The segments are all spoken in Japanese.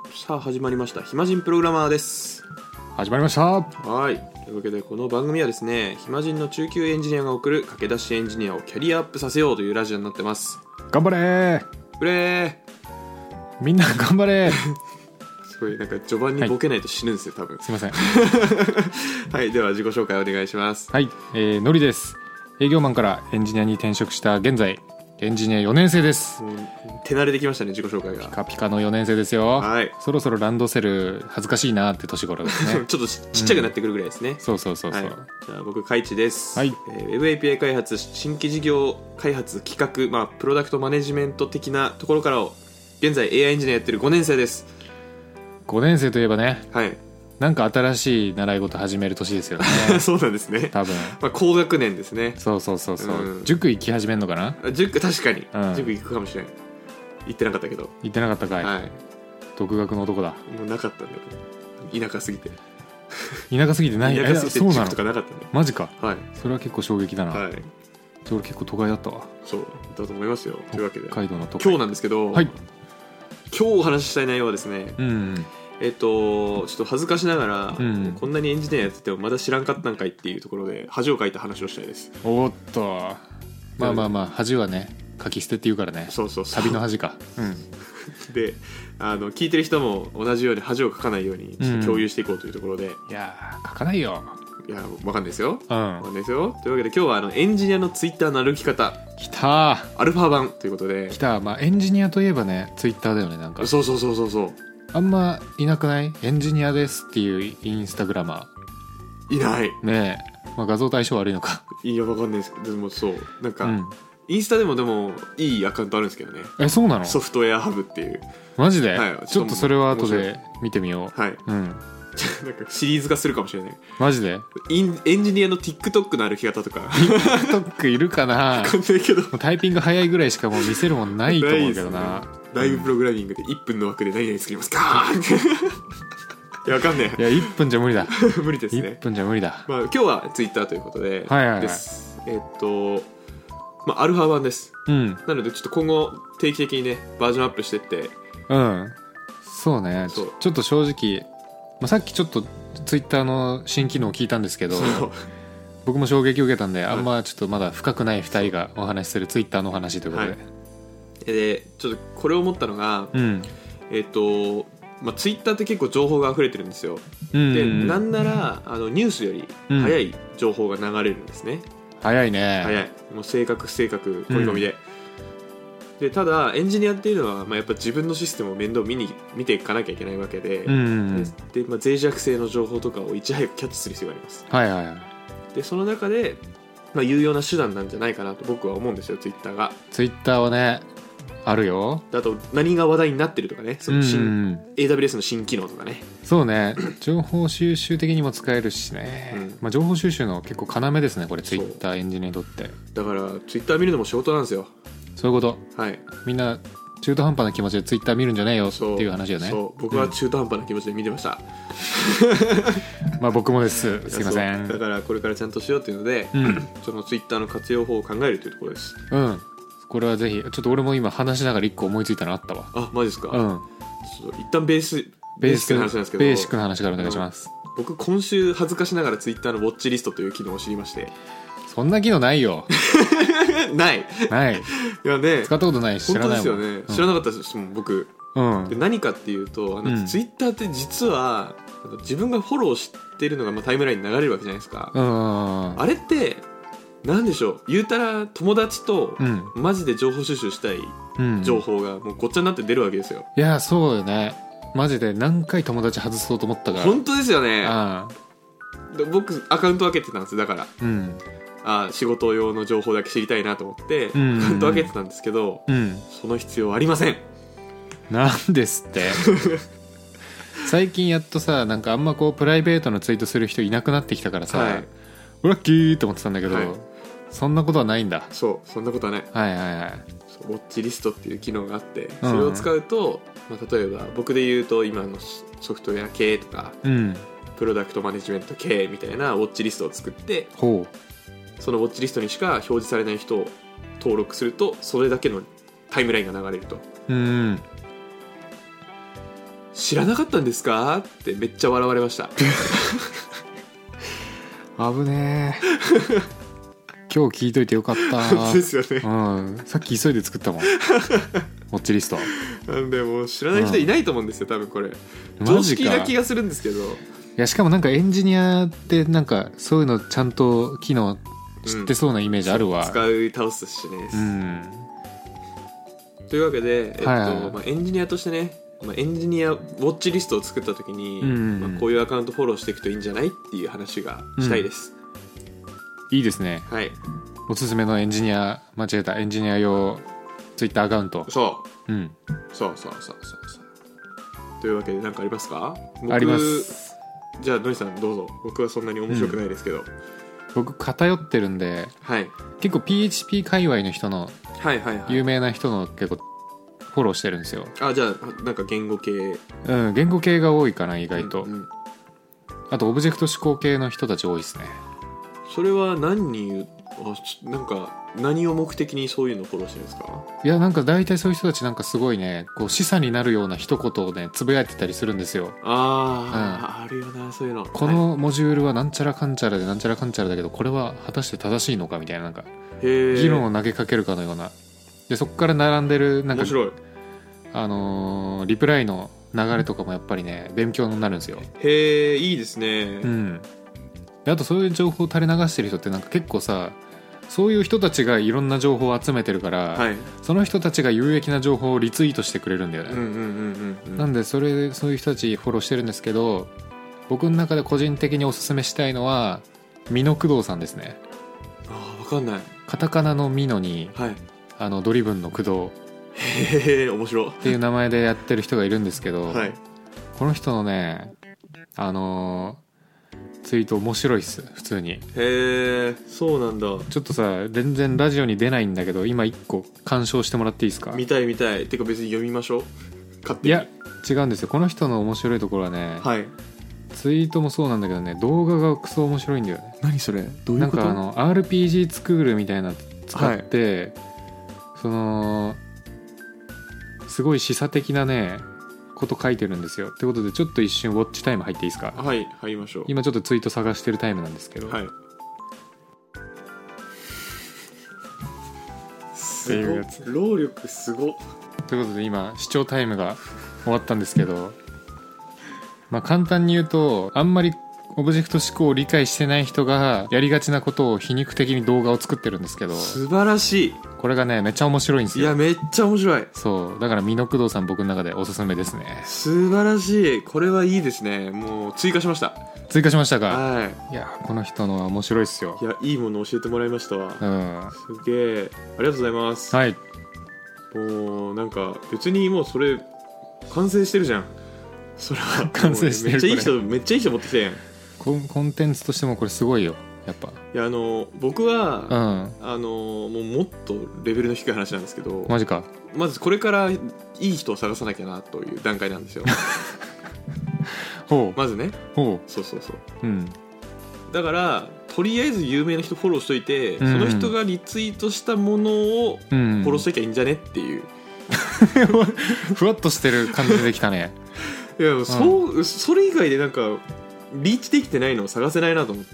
さあ始まりました暇人プログラマーです。 始まりました。 はい、というわけでこの番組はですね、暇人の中級エンジニアが送る駆け出しエンジニアをキャリアアップさせようというラジオになってます。 頑張れー、 うれー、みんな頑張れーすごいなんか序盤にボケないと死ぬんですよ、多分。 すいませんはい、では自己紹介お願いします。 はい、のりです。営業マンからエンジニアに転職した現在エンジニア4年生です。 もう手慣れてきましたね、自己紹介が。 ピカピカの4年生ですよ。 はい、 そろそろランドセル恥ずかしいなって年頃ですねちょっとちっちゃくなってくるぐらいですね、 そうそうそうそう、 はい、じゃあ僕カイチです、 はい。 ウェブ API 開発、新規事業開発、企画、プロダクトマネジメント的なところからを現在 AI エンジニアやってる5年生です。 5年生といえばね、 はいなんか新しい習い事始める年ですよねそうなんですね、 多分高学年ですね。 そうそうそうそう、 うん、 塾行き始めんのかな。 塾、確かに、 うん、 塾行くかもしれない。行ってなかったけど。 行ってなかったかい、 はい、 独学の男だ。 もうなかったんだよ、田舎すぎて。 田舎すぎてない。 田舎すぎてそうなの塾とかなかったんだよ。 マジか。 はい、 それは結構衝撃だな。 はい、 それ結構都会だったわ。 そうだと思いますよ。というわけで北海道の都会。 今日なんですけど、 はい、 今日お話ししたい内容はですね、ちょっと恥ずかしながら、こんなにエンジニアやっててもまだ知らんかったんかいっていうところで恥をかいた話をしたいです。 おっと、まあ恥はね書き捨てって言うからね。 そう旅の恥か、 で聞いてる人も同じように恥をかかないようにちょっと共有していこうというところで、 いや書かないよ。 いやわかんないですよ、 わかんないですよ。というわけで今日はエンジニアのツイッターの歩き方きたアルファ版ということで。 きた。エンジニアといえばねツイッターだよね。なんかそうあんまいなくない？エンジニアですっていうインスタグラマーいないねえ、画像と相性悪いのか。 いやわかんないですけど、でもそうなんか、インスタでもいいアカウントあるんですけどね。 そうなの？ ソフトウェアハブっていう。 マジで、 はい、 ちょっとそれは後で見てみよう。 はい、なんかシリーズ化するかもしれない。 マジでエンジニアの TikTok の歩き方とか TikTok いるかな。 分かんないけど、 タイピング早いぐらいしかもう見せるもんないと思うけどな。 ライブプログラミングで1分の枠で何々作りますかいやわかんねえ。いや1分じゃ無理だ無理ですね。 1分じゃ無理だ。 今日は Twitter ということで、です。アルファ版です、なのでちょっと今後定期的にねバージョンアップしてってそうね。ちょっと正直、さっきちょっと Twitter の新機能を聞いたんですけど、僕も衝撃を受けたんで、あんまちょっとまだ深くない2人がお話しする Twitter のお話ということで、 でちょっとこれを思ったのが、ツイッターって結構情報が溢れてるんですよ、でなんならニュースより早い情報が流れるんですね、 早いね。 早い。もう正確込み込みで、でただエンジニアっていうのは、やっぱ自分のシステムを面倒見ていかなきゃいけないわけで、で脆弱性の情報とかをいち早くキャッチする必要があります。でその中で、有用な手段なんじゃないかなと僕は思うんですよ、ツイッターが。 ツイッターはねあるよ。 あと何が話題になってるとかね、そのAWS の新機能とかね。そうね情報収集的にも使えるしね、情報収集の結構要ですねこれ、ツイッターエンジニアにとって。 だからツイッター見るのも仕事なんですよ。 そういうこと。 はい、みんな中途半端な気持ちでツイッター見るんじゃねえよっていう話よね。 そう僕は中途半端な気持ちで見てました、 僕もです。すいません。 だからこれからちゃんとしようっていうので、そのツイッターの活用法を考えるというところです。 これはぜひ。ちょっと俺も今話しながら1個思いついたのあったわ。 マジですか。一旦ベーシックな話なんですけど、 ベーシックな話からお願いします。 僕今週恥ずかしながらツイッターのウォッチリストという機能を知りまして。 そんな機能ないよないいやね、 使ったことないし知らないもん。 本当ですよね、知らなかったですもん僕、で何かっていうとツイッターって実は自分がフォローしてるのがタイムラインに流れるわけじゃないですか、あれってなんでしょう、言うたら友達とマジで情報収集したい情報がもうごっちゃになって出るわけですよ。 いやそうよね、マジで何回友達外そうと思ったから。 本当ですよね。で僕アカウント分けてたんですだから、仕事用の情報だけ知りたいなと思ってアカウント分けてたんですけど、その必要ありません。 なんですって最近やっとさ、なんかあんまこうプライベートのツイートする人いなくなってきたからさ、ラッキーって思ってたんだけど、そんなことはないんだ。 そんなことはない。ウォッチリストっていう機能があって、それを使うと、例えば僕で言うと今のソフトウェア系とか、プロダクトマネジメント系みたいなウォッチリストを作って、そのウォッチリストにしか表示されない人を登録するとそれだけのタイムラインが流れると。 知らなかったんですかってめっちゃ笑われました危ねえ今日聞いといてよかったですよね、 うん、さっき急いで作ったもんウォッチリストなんでもう知らない人いないと思うんですよ、多分これ常識な気がするんですけど。いやしかもなんかエンジニアってなんかそういうのちゃんと機能知ってそうなイメージあるわ、 使い倒すしね、 うん、 というわけで、 はいはい、 まあ、エンジニアとしてね、まあ、エンジニアウォッチリストを作った時に、まあ、こういうアカウントフォローしていくといいんじゃないっていう話がしたいです、 いいですね、 はい、 おすすめのエンジニア間違えたエンジニア用ツイッターアカウント。 そう、 うん、 そうというわけで何かありますか？ あります。 じゃあのりさんどうぞ。僕はそんなに面白くないですけど、 僕偏ってるんで、 はい、 結構 PHP 界隈の人の、有名な人の結構フォローしてるんですよ。 あ、じゃあなんか言語系、 うん、言語系が多いかな意外と、あとオブジェクト思考系の人たち多いですね。 それはなんか何を目的にそういうのをフォローしてるんですか？ いやなんか大体そういう人たちなんかすごいねこう示唆になるような一言をねつぶやいてたりするんですよ。 あるよなそういうの。 このモジュールはなんちゃらかんちゃらでなんちゃらかんちゃらだけどこれは果たして正しいのかみたいななんか議論を投げかけるかのようなでそこから並んでるなんか面白いリプライの流れとかもやっぱりね勉強になるんですよ。 へえいいですね。 うんであとそういう情報を垂れ流してる人ってなんか結構さそういう人たちがいろんな情報を集めてるから、はい、その人たちが有益な情報をリツイートしてくれるんだよね。なんでそういう人たちフォローしてるんですけど僕の中で個人的におすすめしたいのは美濃工藤さんですね。 分かんない。 カタカナの美濃に、はい、ドリブンの工藤へえ面白っていう名前でやってる人がいるんですけど、はい、この人のねツイート面白いっす普通に。 へえそうなんだ。 ちょっとさ全然ラジオに出ないんだけど今1個鑑賞してもらっていいですか？ 見たいてか別に読みましょう勝手に。 いや違うんですよ。この人の面白いところはね、はい、ツイートもそうなんだけどね動画がクソ面白いんだよね。 何それどういうこと？ なんかRPG スクールみたいな使って、はい、すごい示唆的なねこと書いてるんですよ。ってことでちょっと一瞬ウォッチタイム入っていいですか？ はい入りましょう。 今ちょっとツイート探してるタイムなんですけど、はい、 すごい労力すごということで今視聴タイムが終わったんですけどまあ簡単に言うとあんまりオブジェクト思考を理解してない人がやりがちなことを皮肉的に動画を作ってるんですけど素晴らしい。 これがねめっちゃ面白いんですよ。 いやめっちゃ面白い。 そうだから美濃工藤さん僕の中でおすすめですね。 素晴らしい。これはいいですね。もう追加しました。 追加しましたか？ はい。 いやこの人のは面白いっすよ。 いやいいもの教えてもらいましたわ。すげえありがとうございます。 はい。 もうなんか別にもうそれ完成してるじゃん。それは完成してる。 めっちゃいい人持ってきたやん。 コンテンツとしてもこれすごいよやっぱ。 いや僕は、もっとレベルの低い話なんですけど。 マジか。 まずこれからいい人を探さなきゃなという段階なんですよほうまずね。 ほうそう、うん、だからとりあえず有名な人フォローしといて、その人がリツイートしたものをフォローしときゃいいんじゃねっていう、 ふわっとしてる感じできたねいやそれ以外でなんかリーチできてないのを探せないなと思って。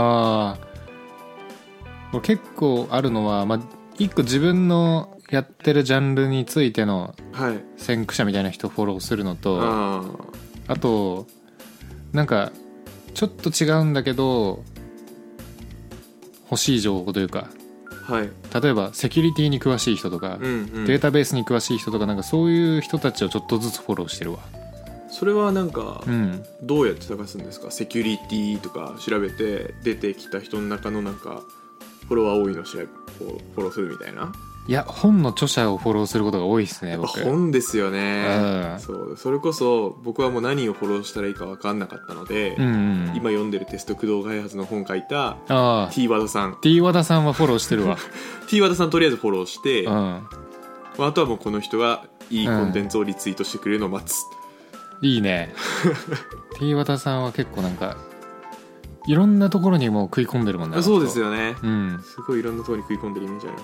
結構あるのは、一個自分のやってるジャンルについての先駆者みたいな人をフォローするのと、あとなんかちょっと違うんだけど欲しい情報というか、はい、例えばセキュリティに詳しい人とか、データベースに詳しい人とかなんかそういう人たちをちょっとずつフォローしてるわ。 それはなんか、どうやって探すんですか？セキュリティとか調べて出てきた人の中のなんかフォロワー多いのをフォローするみたいな。 いや本の著者をフォローすることが多いですね僕。 本ですよね、それこそ僕はもう何をフォローしたらいいか分かんなかったので、今読んでるテスト駆動開発の本書いた T 和田さんはフォローしてるわ T 和田さんとりあえずフォローして、あとはもうこの人がいいコンテンツをリツイートしてくれるのを待つ、 いいねT 和田さんは結構なんかいろんなところにもう食い込んでるもんね。 そうですよね、すごいいろんなところに食い込んでるイメージあります、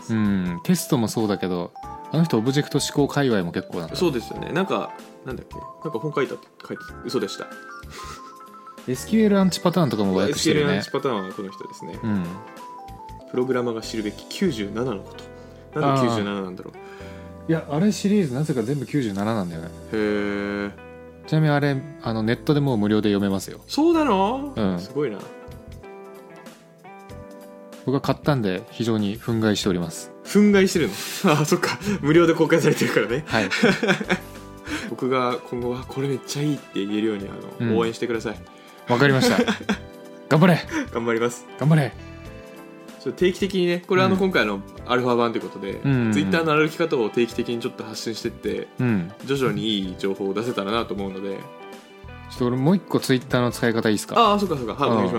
テストもそうだけどあの人オブジェクト思考界隈も結構なんかそうですよね。なんかなんだっけ、なんか本書いて嘘でした。 SQL アンチパターンとかも和訳してるよね。 SQL アンチパターンはこの人ですね、 うん、 プログラマーが知るべき97のこと。なんで97なんだろう。いやあれシリーズなぜか全部97なんだよね。 へえ。 ちなみにあれネットでもう無料で読めますよ。 そうなの、 うん、 すごいな。 僕は買ったんで非常に憤慨しております。 憤慨してるのあ、そっか、無料で公開されてるからね。 はい僕が今後はこれめっちゃいいって言えるように応援してください。 わかりました頑張れ頑張ります。 頑張れ。 定期的にね、これ今回のアルファ版ということで、Twitter の歩き方を定期的にちょっと発信してって、徐々にいい情報を出せたらなと思うので。 ちょっと俺もう一個 Twitter の使い方いいですか？ ああ、そうかそうか、はい、お願いします。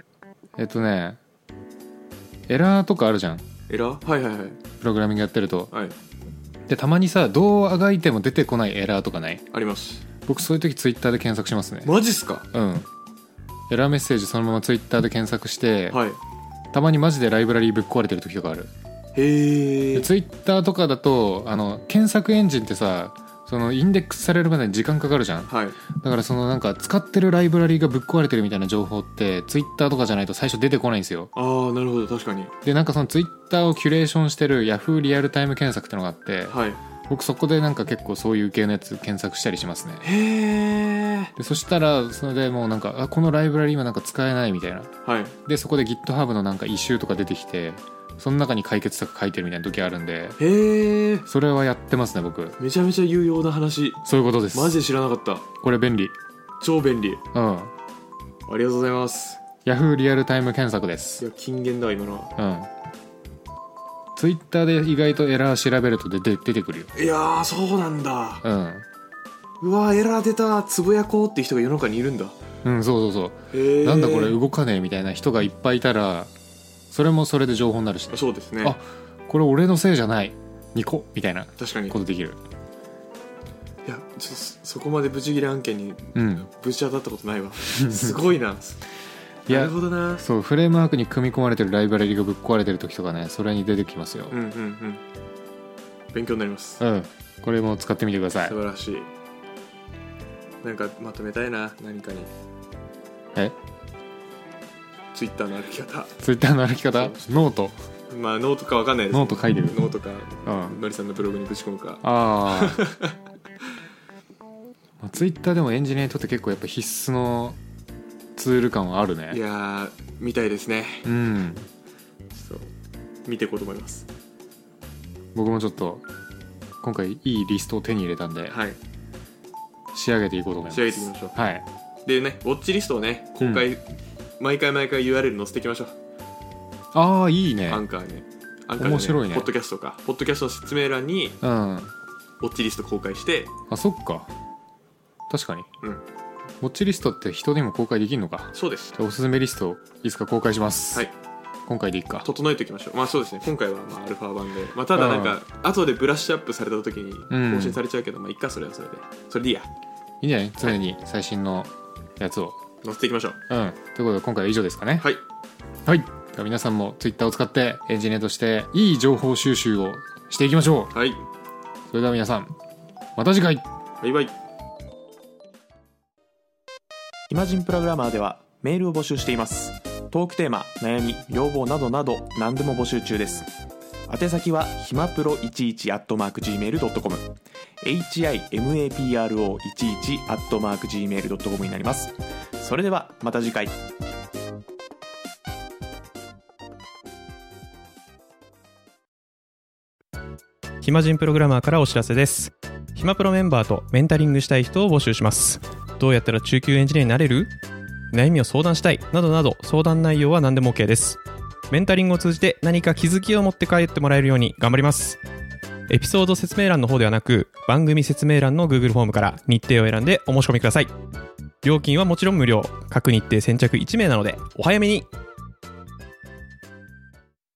エラーとかあるじゃん。 エラー、はいはいはい。 プログラミングやってると、 はい、 でたまにさ、どうあがいても出てこないエラーとかない？ あります。 僕そういう時ツイッターで検索しますね。 マジっすか？ うん。エラーメッセージそのままツイッターで検索して、 はい、 たまにマジでライブラリーぶっ壊れてる時とかある。 へえ。 ツイッターとかだと検索エンジンってさ、そのインデックスされるまでに時間かかるじゃん、 はい、 だからそのなんか使ってるライブラリーがぶっ壊れてるみたいな情報ってツイッターとかじゃないと最初出てこないんですよ。 ああ、なるほど、確かに。 でなんかそのツイッターをキュレーションしてる Yahoo リアルタイム検索ってのがあって、 はい、 僕そこでなんか結構そういう系のやつ検索したりしますね。 へえ。 でそしたらそれでもうなんかこのライブラリー今なんか使えないみたいな、 はい、 でそこで GitHub のなんかイシューとか出てきて、その中に解決策書いてるみたいな時あるんで、 へえ、 それはやってますね僕。 めちゃめちゃ有用な話。 そういうことです。 マジで知らなかった。 これ便利、 超便利。 うん、 ありがとうございます。 Yahoo リアルタイム検索です。 いや、金言だわ今のは。 うん、ツイッターで意外とエラー調べると出てくるよ。 いやー、そうなんだ。 うん、 うわー、エラー出た、つぶやこうって人が世の中にいるんだ。 うん、そうそうそう。 へー、 なんだこれ動かねえみたいな人がいっぱいいたら、それもそれで情報になるし、ね、 そうですね。 あ、これ俺のせいじゃない2個みたいな確かにことできる。 いや、ちょっとそこまでブチギレ案件にぶち当たったことないわ、すごいな。なるほどな。 そう、フレームワークに組み込まれてるライブラリがぶっ壊れてる時とかね、それに出てきますよ。 うんうんうん、勉強になります。 うん、これも使ってみてください。 素晴らしい。なんかまとめたいな、何かに。ツイッターの歩き方。 ツイッターの歩き方、ノート。 まあノートかわかんないです、 ノート書いてる。 ノートか、 うん、 のりさんのブログにぶち込むか。 ああツイッターでもエンジニアにとって結構やっぱ必須のツール感はあるね。 いやー、見たいですね。 うん、 そう、見ていこうと思います。 僕もちょっと今回いいリストを手に入れたんで、 はい、 仕上げていこうと思います。 仕上げていきましょう。 はい。 でね、ウォッチリストをね、公開、毎回 URL 載せていきましょう。 ああ、いいね。 アンカーね。 面白いね。 ポッドキャストか。ポッドキャストの説明欄に、ウォッチリスト公開して。 あ、そっか。確かに。 うん。 ウォッチリストって人にも公開できるのか。 そうです。 じゃあおすすめリストいつか公開します。 はい。 今回でいいか。 整えておきましょう。まあそうですね。今回はアルファ版で。まあただなんか、後でブラッシュアップされた時に更新されちゃうけど、まあいっか、それはそれで。それでいいや。 いいんじゃない？常に最新のやつを載せていきましょう。 うん。ということで今回は以上ですかね。 はい。 はい。では皆さんも Twitter を使ってエンジニアとしていい情報収集をしていきましょう。 はい。 それでは皆さん、また次回。 バイバイ。 イマジンプログラマーではメールを募集しています。トークテーマ、悩み、要望などなど何でも募集中です。宛先はひまプロ11@gmail.com himapro11@gmail.com になります。それではまた次回。 ひまじんプログラマーからお知らせです。ひまプロメンバーとメンタリングしたい人を募集します。どうやったら中級エンジニアになれる？悩みを相談したいなどなど、相談内容は何でも OK です。メンタリングを通じて何か気づきを持って帰ってもらえるように頑張ります。エピソード説明欄の方ではなく、番組説明欄の Google フォームから日程を選んでお申し込みください。料金はもちろん無料、各日程先着1名なのでお早めに。